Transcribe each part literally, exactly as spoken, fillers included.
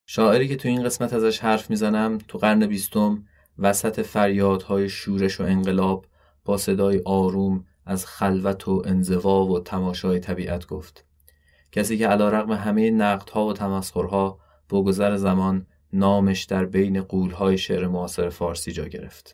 شاعری که تو این قسمت ازش حرف میزنم تو قرن بیستم وسط فریادهای شورش و انقلاب با صدای آروم از خلوت و انزوا و تماشای طبیعت گفت. کسی که علیرغم همه نقدها و تمسخرها با گذر زمان نامش در بین غول‌های شعر معاصر فارسی جا گرفت.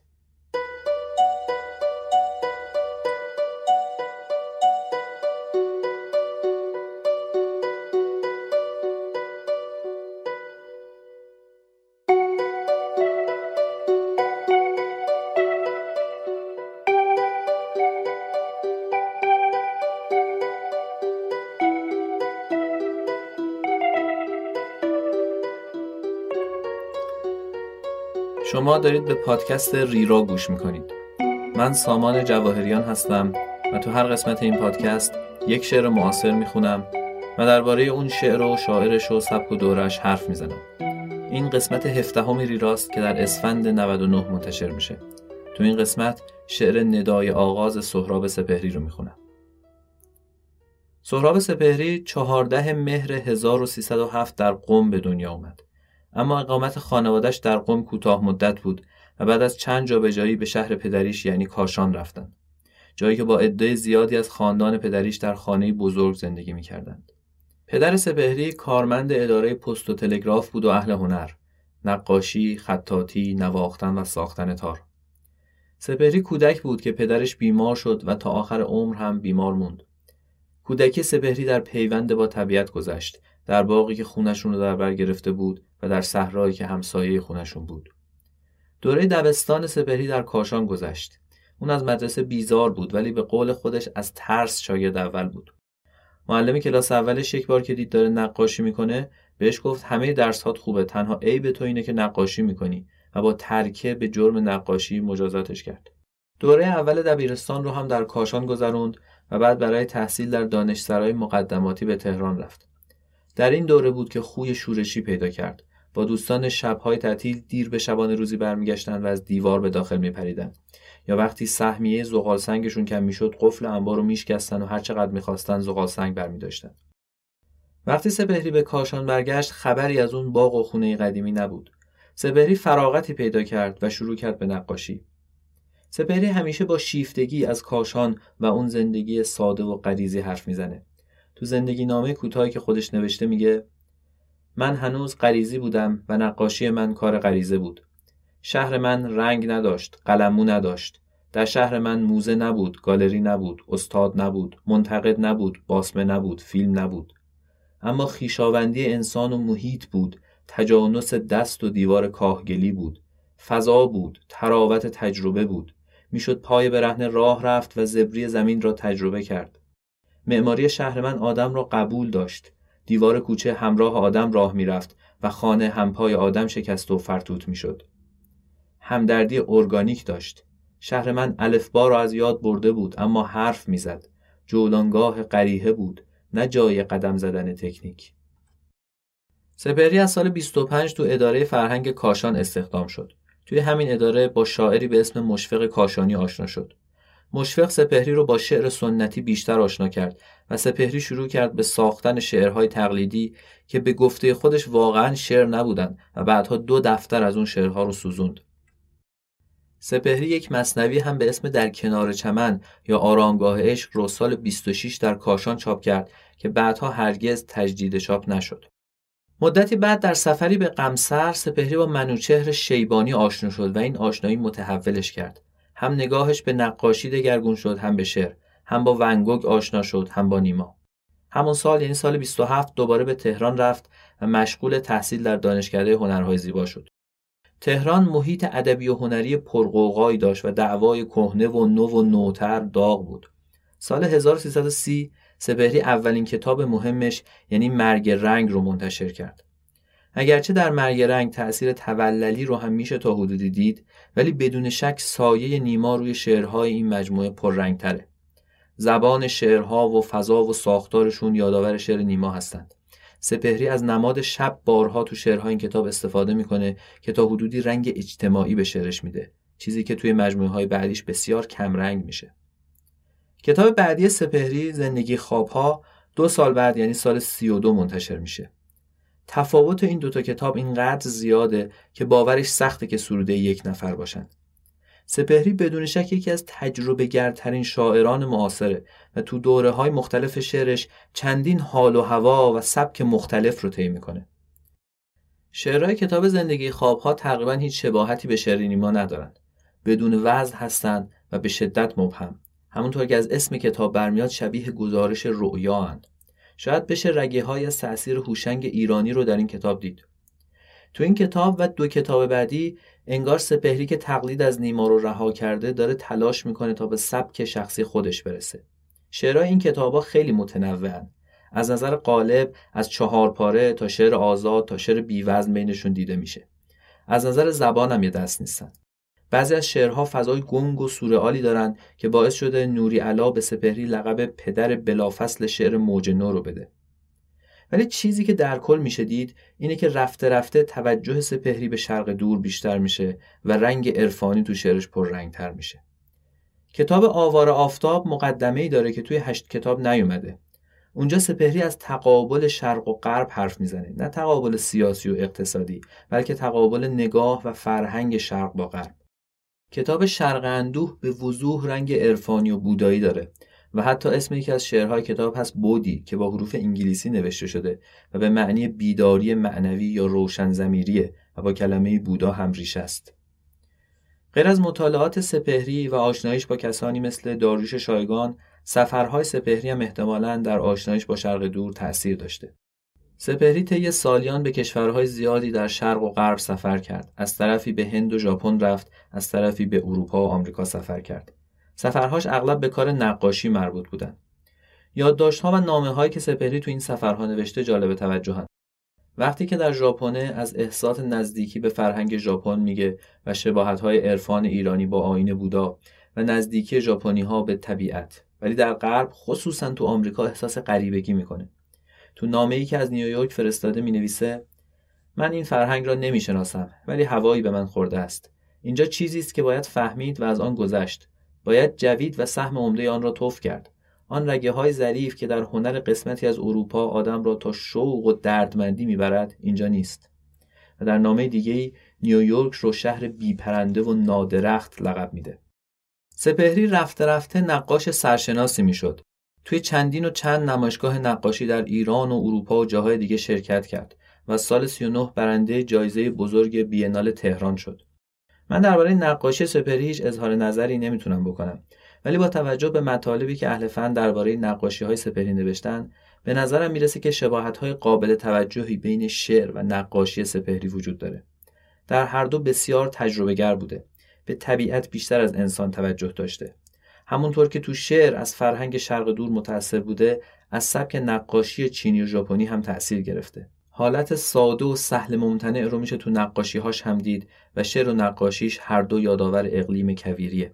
شما دارید به پادکست ریرا گوش میکنید. من سامان جواهریان هستم و تو هر قسمت این پادکست یک شعر معاصر میخونم و درباره اون شعر و شاعرش و سبک و دورش حرف میزنم. این قسمت هفدهم ریراست که در اسفند نود و نه منتشر میشه. تو این قسمت شعر ندای آغاز سهراب سپهری رو میخونم. سهراب سپهری چهارده مهر هزار و سیصد و هفت در قم به دنیا اومد. اما اقامت خانواده‌اش در قم کوتاه مدت بود و بعد از چند جابجایی به شهر پدریش یعنی کاشان رفتن. جایی که با عده زیادی از خاندان پدریش در خانه‌ای بزرگ زندگی می‌کردند. پدر سپهری کارمند اداره پست و تلگراف بود و اهل هنر، نقاشی، خطاطی، نواختن و ساختن تار. سپهری کودک بود که پدرش بیمار شد و تا آخر عمر هم بیمار موند. کودکی سپهری در پیوند با طبیعت گذشت، در باغی که خونشون رو در بر گرفته بود و در صحرایی که همسایه خونشون بود. دوره دبستان سپهری در کاشان گذشت. اون از مدرسه بیزار بود ولی به قول خودش از ترس شاگرد اول بود. معلم کلاس اولش یک بار که دید داره نقاشی میکنه بهش گفت همه درسات خوبه، تنها عیب تو اینه که نقاشی میکنی و با ترکه به جرم نقاشی مجازاتش کرد. دوره اول دبیرستان رو هم در کاشان گذروند و بعد برای تحصیل در دانشسرای مقدماتی به تهران رفت. در این دوره بود که خوی شورشی پیدا کرد. با دوستان شب‌های تعطیل دیر به شبانه روزی برمیگشتن و از دیوار به داخل میپریدن. یا وقتی سهمیه زغال سنگشون کم میشد قفل انبار رو میشکستن و هر چقدر میخواستن زغال سنگ برمیداشتن. وقتی سپهری به کاشان برگشت خبری از اون باغ و خونه قدیمی نبود. سپهری فراغتی پیدا کرد و شروع کرد به نقاشی. سپهری همیشه با شیفتگی از کاشان و اون زندگی ساده و غریزی حرف میزنه. تو زندگی نامه کوتاهی که خودش نوشته میگه من هنوز غریزی بودم و نقاشی من کار غریزه بود. شهر من رنگ نداشت، قلمو نداشت. در شهر من موزه نبود، گالری نبود، استاد نبود، منتقد نبود، باسمه نبود، فیلم نبود. اما خویشاوندی انسان و محیط بود، تجانس دست و دیوار کاهگلی بود، فضا بود، تراوت تجربه بود. میشد پای برهنه راه رفت و زبری زمین را تجربه کرد. معماری شهر من آدم را قبول داشت. دیوار کوچه همراه آدم راه میرفت و خانه همپای آدم شکست و فرتوت میشد. همدردی ارگانیک داشت. شهر من الفبا را از یاد برده بود اما حرف میزد. جولانگاه قریحه بود، نه جای قدم زدن تکنیک. سپهری از سال بیست و پنج تو اداره فرهنگ کاشان استخدام شد. توی همین اداره با شاعری به اسم مشفق کاشانی آشنا شد. مشفق سپهری رو با شعر سنتی بیشتر آشنا کرد و سپهری شروع کرد به ساختن شعرهای تقلیدی که به گفته خودش واقعاً شعر نبودن و بعدها دو دفتر از اون شعرها رو سوزوند. سپهری یک مثنوی هم به اسم در کنار چمن یا آرامگاه عشق رو سال بیست و شش در کاشان چاپ کرد که بعدها هرگز تجدید چاپ نشد. مدتی بعد در سفری به قمصر سپهری با منوچهر شیبانی آشنا شد و این آشنایی متحولش کرد. هم نگاهش به نقاشی دگرگون شد، هم به شعر، هم با ون گوگ آشنا شد، هم با نیما. همون سال یعنی سال بیست و هفت دوباره به تهران رفت و مشغول تحصیل در دانشکده هنرهای زیبا شد. تهران محیط ادبی و هنری پرغوغایی داشت و دعوای کهنه و نو و نوتر داغ بود. سال هزار و سیصد و سی سپهری اولین کتاب مهمش یعنی مرگ رنگ رو منتشر کرد. اگرچه در مرگ رنگ تأثیر توللی رو هم میشه تا حدودی دید، ولی بدون شک سایه نیما روی شعرهای این مجموعه پررنگتره. زبان شعرها و فضا و ساختارشون یادآور شعر نیما هستند. سپهری از نماد شب بارها تو شعرهای این کتاب استفاده میکنه که تا حدودی رنگ اجتماعی به شعرش میده، چیزی که توی مجموعه‌های بعدیش بسیار کم رنگ میشه. کتاب بعدی سپهری زندگی خوابها دو سال بعد یعنی سال سی و دو منتشر میشه. تفاوت این دوتا کتاب اینقدر زیاده که باورش سخته که سروده یک نفر باشن. سپهری بدون شک یکی از تجربه گرترین شاعران معاصره و تو دوره‌های مختلف شعرش چندین حال و هوا و سبک مختلف رو طی می‌کنه. شعرهای کتاب زندگی خواب‌ها تقریباً هیچ شباهتی به شعر نیما ندارن. بدون وزن هستن و به شدت مبهم. همونطور که از اسم کتاب برمیاد شبیه گزارش رؤیاان. شاید بشه رگه‌های از تأثیر هوشنگ ایرانی رو در این کتاب دید. تو این کتاب و دو کتاب بعدی انگار سپهری که تقلید از نیما رو رها کرده داره تلاش میکنه تا به سبک شخصی خودش برسه. شعرهای این کتابا خیلی متنوعن. از نظر قالب از چهار پاره تا شعر آزاد تا شعر بی‌وزن بینشون دیده میشه. از نظر زبان هم یه دست نیستن. بعضی از شعرها فضای گنگ و سورئالی دارن که باعث شده نوری علا به سپهری لقب پدر بلافصل شعر موج نو رو بده. ولی چیزی که در کل میشه دید اینه که رفته رفته توجه سپهری به شرق دور بیشتر میشه و رنگ عرفانی تو شعرش پررنگ‌تر میشه. کتاب آوار آفتاب مقدمه‌ای داره که توی هشت کتاب نیومده. اونجا سپهری از تقابل شرق و غرب حرف میزنه، نه تقابل سیاسی و اقتصادی، بلکه تقابل نگاه و فرهنگ شرق با غرب. کتاب شرق اندوه به وضوح رنگ عرفانی و بودایی داره و حتی اسم یکی از شعرهای کتاب هست بودی که با حروف انگلیسی نوشته شده و به معنی بیداری معنوی یا روشن ضمیریه و با کلمه بودا هم ریشه است. غیر از مطالعات سپهری و آشناییش با کسانی مثل داریوش شایگان، سفرهای سپهری هم احتمالاً در آشناییش با شرق دور تأثیر داشته. سپهری طی سالیان به کشورهای زیادی در شرق و غرب سفر کرد. از طرفی به هند و ژاپن رفت، از طرفی به اروپا و آمریکا سفر کرد. سفرهاش اغلب به کار نقاشی مربوط بودن. یادداشت‌ها و نامه‌هایی که سپهری تو این سفرها نوشته جالب توجهن. وقتی که در ژاپن از احساس نزدیکی به فرهنگ ژاپن میگه و شباهت‌های عرفان ایرانی با آیین بودا و نزدیکی ژاپنی‌ها به طبیعت، ولی در غرب خصوصا تو آمریکا احساس غریبگی میکنه. تو نامه‌ای که از نیویورک فرستاده مینویسه من این فرهنگ را نمیشناسم ولی هوایی به من خورده است. اینجا چیزی است که باید فهمید و از آن گذشت. باید جوید و سهم عمده آن را توف کرد. آن رگه‌های ظریف که در هنر قسمتی از اروپا آدم را تا شوق و دردمندی میبرد اینجا نیست. و در نامه دیگه‌ای نیویورک رو شهر بی‌پرنده و نادرخت لقب میده. سپهری رفته رفته نقاش سرشناسی میشد. توی چندین و چند نمایشگاه نقاشی در ایران و اروپا و جاهای دیگه شرکت کرد و سال سی و نه برنده جایزه بزرگ بینال تهران شد. من درباره نقاشی سپهری هیچ اظهار نظری نمیتونم بکنم، ولی با توجه به مطالبی که اهل فن درباره نقاشی‌های سپهری نوشتن، به نظرم میرسه که شباهت‌های قابل توجهی بین شعر و نقاشی سپهری وجود داره. در هر دو بسیار تجربه‌گر بوده. به طبیعت بیشتر از انسان توجه داشته. همونطور که تو شعر از فرهنگ شرق دور متأثر بوده، از سبک نقاشی چینی و ژاپنی هم تأثیر گرفته. حالت ساده و سهل ممتنع رو میشه تو نقاشی‌هاش هم دید و شعر و نقاشیش هر دو یادآور اقلیم کویریه.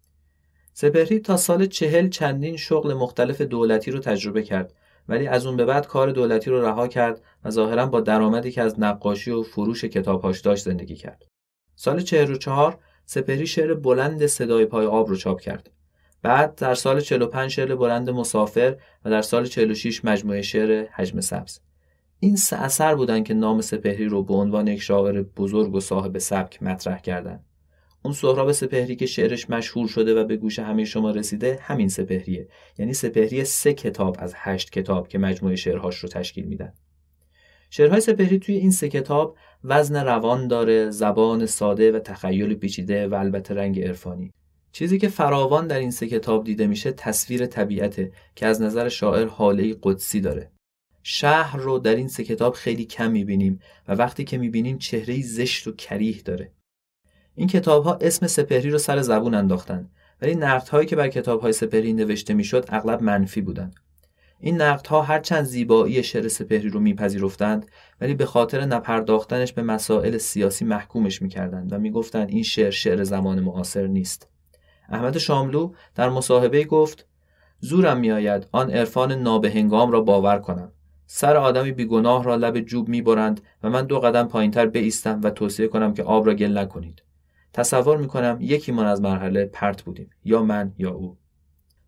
سپهری تا سال چهل چندین شغل مختلف دولتی رو تجربه کرد، ولی از اون به بعد کار دولتی رو رها کرد و ظاهراً با درآمدی که از نقاشی و فروش کتاب‌هاش داشت زندگی کرد. سال چهل و چهار سپهری شعر بلند صدای پای آب رو چاپ کرد. بعد در سال چهل و پنج شعر بلند مسافر و در سال چهل و شش مجموعه شعر حجم سبز. این سه اثر بودن که نام سپهری رو به عنوان یک شاعر بزرگ و صاحب سبک مطرح کردن. اون سهراب سپهری که شعرش مشهور شده و به گوش همه شما رسیده همین سپهریه، یعنی سپهری سه کتاب از هشت کتاب که مجموعه شعرهاش رو تشکیل میدن. شعرهای سپهری توی این سه کتاب وزن روان داره، زبان ساده و تخیل پیچیده و البته رنگ عرفانی. چیزی که فراوان در این سه کتاب دیده میشه تصویر طبیعته که از نظر شاعر حاله‌ای قدسی داره. شهر رو در این سه کتاب خیلی کم میبینیم و وقتی که میبینیم چهره‌ای زشت و کریه داره. این کتاب‌ها اسم سپهری رو سر زبون انداختن، ولی نقدهایی که بر کتاب‌های سپهری نوشته میشد اغلب منفی بودن. این نقدها هرچند زیبایی شعر سپهری رو میپذیرفتند، ولی به خاطر نپرداختنش به مسائل سیاسی محکومش میکردند و میگفتند این شعر شعر زمان معاصر نیست. احمد شاملو در مصاحبه‌ای گفت: زورم میآید آن عرفان نابهنگام را باور کنم. سر آدمی بیگناه را لب جوب میبرند و من دو قدم پایینتر بایستم و توصیه کنم که آب را گل نکنید. تصور میکنم یکی من از مرحله پرت بودیم، یا من یا او.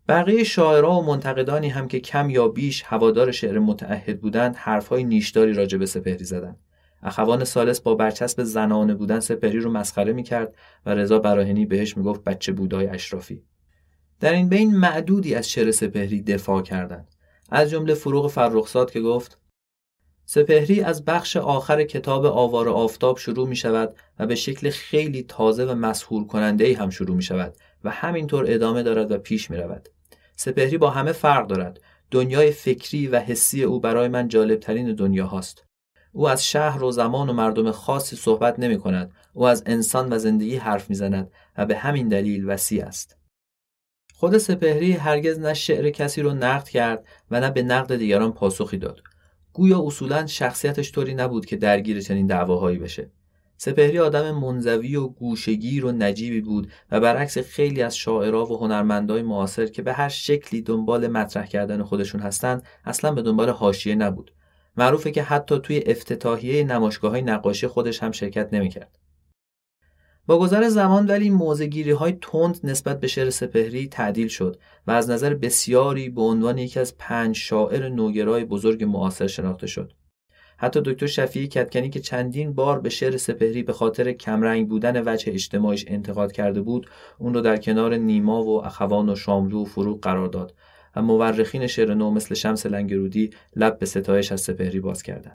بقیه شاعرها و منتقدانی هم که کم یا بیش هوادار شعر متعهد بودند حرفهای نیشداری راجع به سپهری زدند. اخوان ثالث با برچسب زنانه بودن سپهری رو مسخره می‌کرد و رضا براهنی بهش میگفت بچه بودای اشرافی. در این بین معدودی از شعر سپهری دفاع کردند، از جمله فروغ فرخزاد که گفت سپهری از بخش آخر کتاب آوار آفتاب شروع می شود و به شکل خیلی تازه و مسحور کننده‌ای هم شروع می شود و همینطور ادامه دارد و پیش می رود. سپهری با همه فرق دارد. دنیای فکری و حسی او برای من جالبترین دنیا هاست. او از شهر و زمان و مردم خاصی صحبت نمی کند. او از انسان و زندگی حرف می زند و به همین دلیل وسیع است. خود سپهری هرگز نه شعر کسی رو نقد کرد و نه به نقد دیگران پاسخی داد. گویا اصولاً شخصیتش طوری نبود که درگیر چنین دعواهایی بشه. سپهری آدم منزوی و گوشه‌گیر و نجیبی بود و برعکس خیلی از شاعرها و هنرمندای معاصر که به هر شکلی دنبال مطرح کردن خودشون هستن، اصلاً به دنبال حاشیه نبود. معروفه که حتی توی افتتاحیه نمایشگاه‌های نقاشی خودش هم شرکت نمی‌کرد. با گذر زمان ولی موضع‌گیری‌های تند نسبت به شعر سپهری تعدیل شد و از نظر بسیاری به عنوان یکی از پنج شاعر نوگرای بزرگ معاصر شناخته شد. حتی دکتر شفیعی کدکنی که چندین بار به شعر سپهری به خاطر کمرنگ بودن وجه اجتماعیش انتقاد کرده بود، اون رو در کنار نیما و اخوان و شاملو و فروغ قرار داد و مورخین شعر نو مثل شمس لنگرودی لب به ستایش از سپهری باز کردند.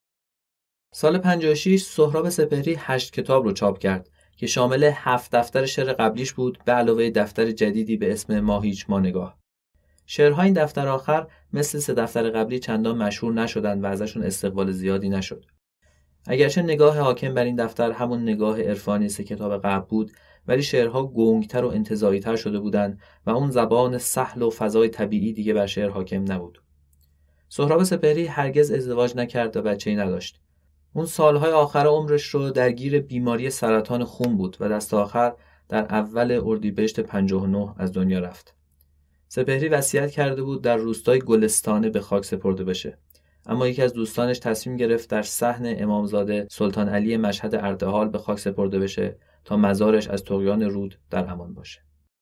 سال پنجاه و شش سهراب سپهری هشت کتاب رو چاپ کرد که شامل هفت دفتر شعر قبلیش بود به علاوه دفتر جدیدی به اسم ما هیچ ما نگاه. شعرهای این دفتر آخر مثل سه دفتر قبلی چندان مشهور نشدند و ازشون استقبال زیادی نشد. اگرچه نگاه حاکم بر این دفتر همون نگاه عرفانی سه کتاب قبل بود، ولی شعرها گنگتر و انتزاعی‌تر شده بودند و اون زبان سهل و فضای طبیعی دیگه بر شعر حاکم نبود. سهراب سپهری هرگز ازدواج نکرد و بچه‌ای نداشت. اون سالهای آخر عمرش رو درگیر بیماری سرطان خون بود و دست آخر در اول اردیبهشت پنجاه و نه از دنیا رفت. سپهری وصیت کرده بود در روستای گلستانه به خاک سپرده بشه، اما یکی از دوستانش تصمیم گرفت در صحن امامزاده سلطان علی مشهد اردحال به خاک سپرده بشه تا مزارش از طغیان رود در امان باشه.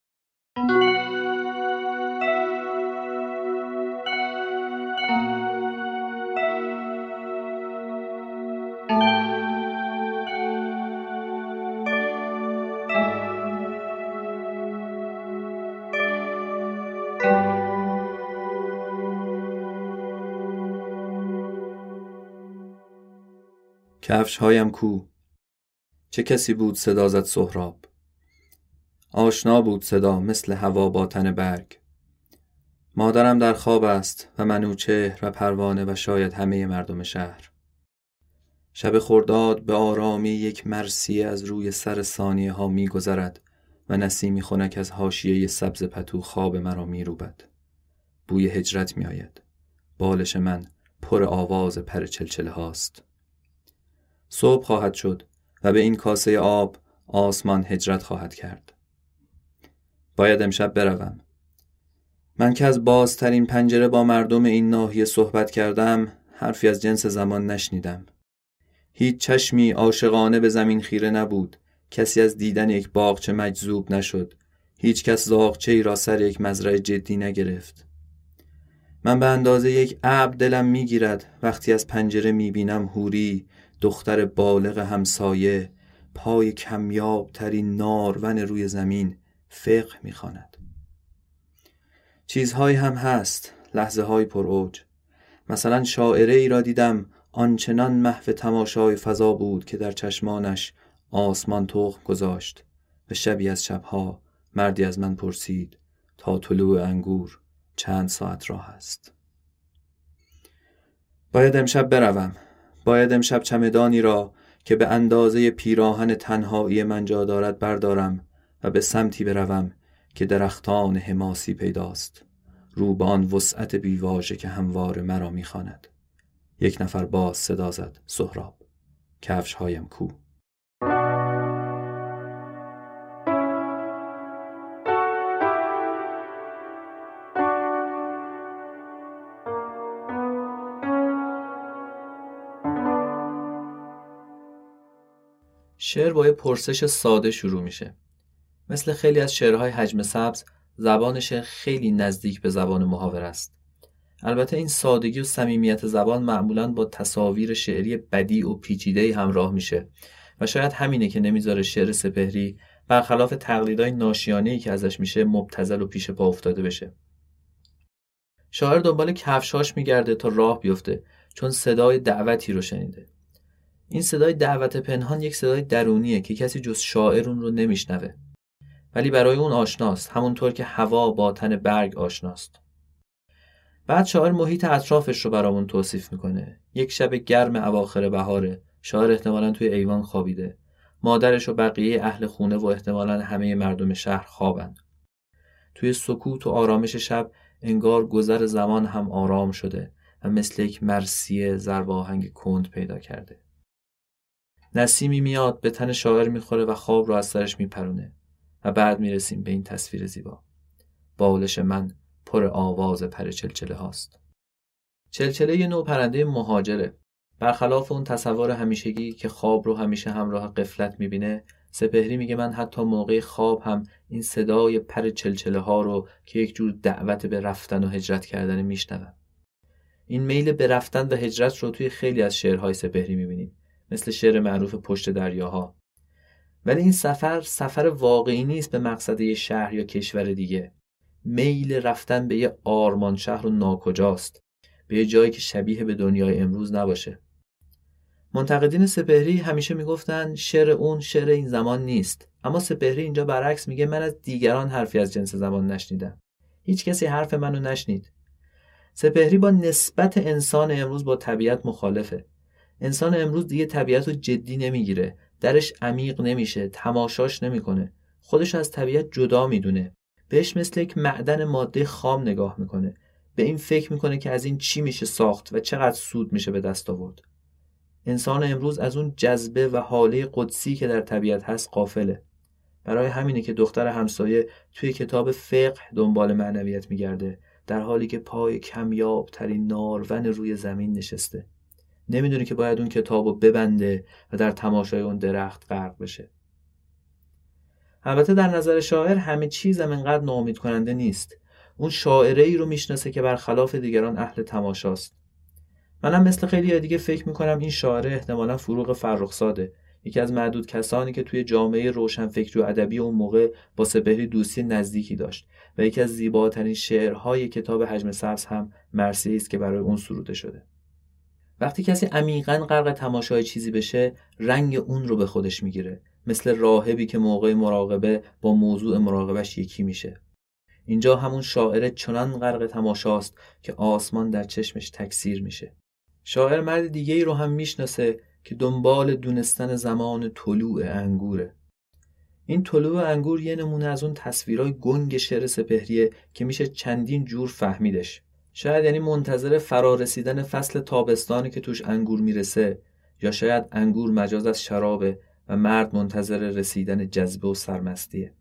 کفش هایم کو، چه کسی بود صدا زد سهراب. آشنا بود صدا مثل هوا با تن برگ. مادرم در خواب است و منوچهر و پروانه و شاید همه مردم شهر. شب خرداد به آرامی یک مرثیه از روی سر ثانیه ها می گذرد و نسیمی خنک از حاشیه سبز پتو خواب مرا می روبد. بوی هجرت می آید. بالش من پر آواز پر چلچله هاست. صبح خواهد شد و به این کاسه آب آسمان هجرت خواهد کرد. باید امشب بروم. من که از بازترین پنجره با مردم این ناحیه صحبت کردم، حرفی از جنس زمان نشنیدم. هیچ چشمی عاشقانه به زمین خیره نبود. کسی از دیدن یک باغچه مجذوب نشد. هیچ کس زاغچه‌ای را سر یک مزرعه جدی نگرفت. من به اندازه یک ابر دلم میگیرد وقتی از پنجره میبینم حوری، دختر بالغ همسایه، پای کمیاب ترین نارون روی زمین فقه میخواند. چیزهایی هم هست، لحظه های پر اوج. مثلا شاعره ای را دیدم آنچنان محو تماشای فضا بود که در چشمانش آسمان تخم گذاشت و شبی از شبها مردی از من پرسید تا طلوع انگور چند ساعت راه است. باید امشب بروم. باید امشب چمدانی را که به اندازه پیراهن تنهایی من جا دارد بردارم و به سمتی بروم که درختان حماسی پیداست، رو به آن وسعت بیواژه که هموار مرا میخواند. یک نفر باز صدا زد سهراب. کفش هایم کو. شعر با یه پرسش ساده شروع میشه. مثل خیلی از شعرهای حجم سبز، زبان شعر خیلی نزدیک به زبان محاوره است. البته این سادگی و صمیمیت زبان معمولاً با تصاویر شعری بدیع و پیچیده‌ای همراه میشه و شاید همینه که نمیذاره شعر سپهری برخلاف تقلیدهای ناشیانه‌ای که ازش میشه مبتذل و پیش پا افتاده بشه. شاعر دنبال کفشاش میگرده تا راه بیفته چون صدای دعوتی رو شنیده. این صدای دعوت پنهان یک صدای درونیه که کسی جز شاعر اون رو نمیشنوه، ولی برای اون آشناست، همونطور که هوا با تن برگ آشناست. بعد شاعر محیط اطرافش رو برامون توصیف میکنه. یک شب گرم اواخر بهاره، شاعر احتمالاً توی ایوان خوابیده. مادرش و بقیه اهل خونه و احتمالاً همه مردم شهر خوابن. توی سکوت و آرامش شب انگار گذر زمان هم آرام شده و مثل یک مرثیه ضرب آهنگ کند پیدا کرده. نسیمی میاد به تن شاعر میخوره و خواب رو از سرش میپرونه و بعد میرسیم به این تصویر زیبا. بالش من پر آواز پر چلچله هاست. چلچله یه نوع پرنده مهاجره. برخلاف اون تصور همیشگی که خواب رو همیشه همراه غفلت میبینه، سپهری میگه من حتی موقع خواب هم این صدای پر چلچله ها رو که یک جور دعوت به رفتن و هجرت کردن میشنوم. این میل به رفتن و هجرت رو توی خیلی از شعرهای سپهری میبینیم، مثل شعر معروف پشت دریاها. ولی این سفر سفر واقعی نیست به مقصد یه شهر یا کشور دیگه. میل رفتن به یه آرمان شهر و ناکجاست، به یه جایی که شبیه به دنیای امروز نباشه. منتقدین سپهری همیشه میگفتن شعر اون شعر این زمان نیست، اما سپهری اینجا برعکس میگه من از دیگران حرفی از جنس زمان نشنیدم. هیچ کسی حرف منو نشنید. سپهری با نسبت انسان امروز با طبیعت مخالفه. انسان امروز دیگه طبیعت رو جدی نمیگیره، درش عمیق نمیشه، تماشاش نمیکنه، خودش از طبیعت جدا میدونه، بهش مثل یک معدن ماده خام نگاه میکنه، به این فکر میکنه که از این چی میشه ساخت و چقدر سود میشه به دست آورد. انسان امروز از اون جذبه و حاله قدسی که در طبیعت هست غافله. برای همینه که دختر همسایه توی کتاب فقه دنبال معنویت میگرده، در حالی که پای کمیاب ترین نارون روی زمین نشسته. نمیدونه که باید اون کتابو ببنده و در تماشای اون درخت غرق بشه. البته در نظر شاعر همه چیز هم انقدر ناامید کننده نیست. اون شاعره ای رو میشناسه که برخلاف دیگران اهل تماشاست. منم مثل خیلی دیگه فکر میکنم این شاعره احتمالاً فروغ فرخزاده، یکی از معدود کسانی که توی جامعه روشنفکری و ادبی اون موقع با سپهری دوستی نزدیکی داشت و یکی از زیباترین شعرهای کتاب حجم سبز هم مرثیه‌ای است که برای اون سروده شده. وقتی کسی عمیقاً غرق تماشای چیزی بشه، رنگ اون رو به خودش میگیره، مثل راهبی که موقع مراقبه با موضوع مراقبش یکی میشه. اینجا همون شاعر چنان غرق تماشاست که آسمان در چشمش تکثیر میشه. شاعر مرد دیگه‌ای رو هم میشناسه که دنبال دونستن زمان طلوع انگوره. این طلوع انگور یه نمونه از اون تصویرای گنگ شعر سپهریه که میشه چندین جور فهمیدش. شاید یعنی منتظر فرارسیدن فصل تابستانی که توش انگور میرسه، یا شاید انگور مجاز از شرابه و مرد منتظر رسیدن جذبه و سرمستیه.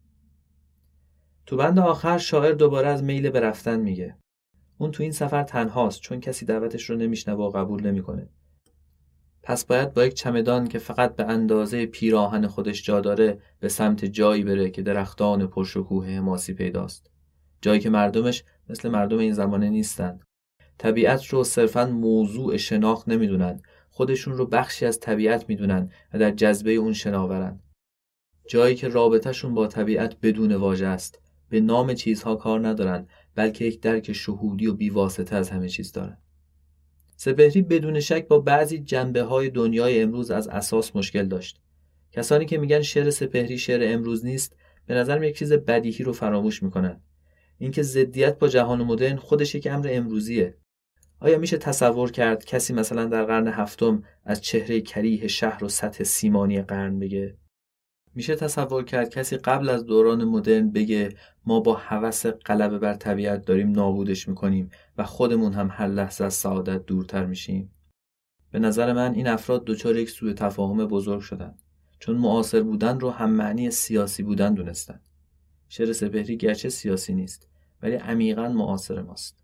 تو بند آخر شاعر دوباره از میل به رفتن میگه. اون تو این سفر تنهاست چون کسی دعوتش رو نمیشنوه و قبول نمیکنه. پس باید با یک چمدان که فقط به اندازه پیراهن خودش جا داره به سمت جایی بره که درختان پرشکوه حماسی پیداست. جایی که مردمش مثل مردم این زمانه نیستن. طبیعت رو صرفاً موضوع شناخت نمیدونن، خودشون رو بخشی از طبیعت میدونن و در جذبه اون شناورن. جایی که رابطه‌شون با طبیعت بدون واژه است. به نام چیزها کار ندارن، بلکه یک درک شهودی و بیواسطه از همه چیز دارن. سپهری بدون شک با بعضی جنبه‌های دنیای امروز از اساس مشکل داشت. کسانی که میگن شعر سپهری شعر امروز نیست، به نظرم یک چیز بدیهی رو فراموش میکنن. اینکه ضدیت با جهان مدرن خودش یک امر امروزیه. آیا میشه تصور کرد کسی مثلا در قرن هفتم از چهره کریه شهر و سطح سیمانی قرن بگه؟ میشه تصور کرد کسی قبل از دوران مدرن بگه ما با هوس غلبه بر طبیعت داریم نابودش میکنیم و خودمون هم هر لحظه از سعادت دورتر میشیم؟ به نظر من این افراد دچار یک سوء تفاهم بزرگ شدن، چون معاصر بودن رو هم معنی سیاسی بودن دونستن. شعر سپهری گرچه سیاسی نیست، ولی عمیقاً معاصر ماست.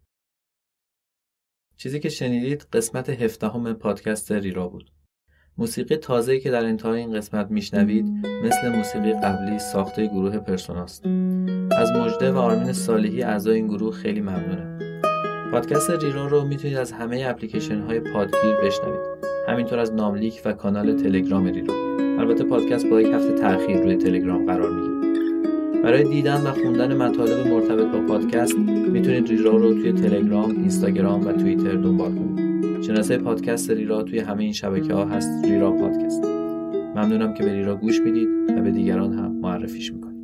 چیزی که شنیدید قسمت هفدهم پادکست ریرا بود. موسیقی تازه‌ای که در انتهای این قسمت میشنوید مثل موسیقی قبلی ساخته گروه پرسوناست. از مژده و آرمین صالحی اعضای این گروه خیلی ممنونم. پادکست ریرا رو میتونید از همه اپلیکیشن های پادگیر بشنوید، همینطور از ناملیک و کانال تلگرام ریرا. البته پادکست با یک هفته تأخیر روی تلگرام قرار میگیره. برای دیدن و خوندن مطالب مرتبط با پادکست میتونید ریرا رو توی تلگرام، اینستاگرام و توییتر دنبال کنید. شناسه پادکست ریرا توی همه این شبکه‌ها هست ریرا پادکست. ممنونم که به ریرا گوش میدید و به دیگران هم معرفیش میکنید.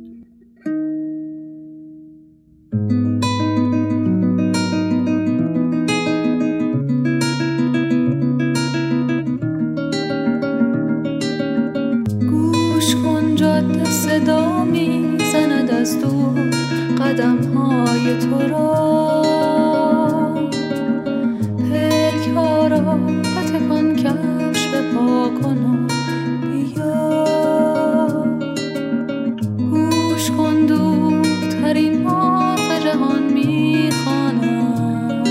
گوش کن جاده صدا میزند از دور قدم های تو را، پلک ها را بتکان کفش به پا کن و بیا. گوش کن دورترین مرغ جهان میخواند،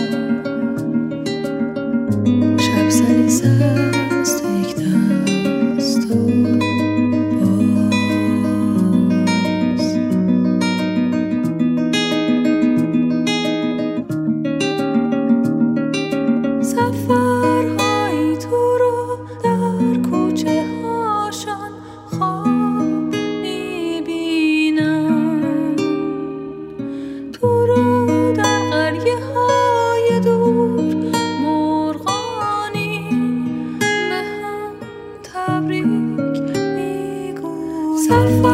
شب سلیس است یک دست و so far.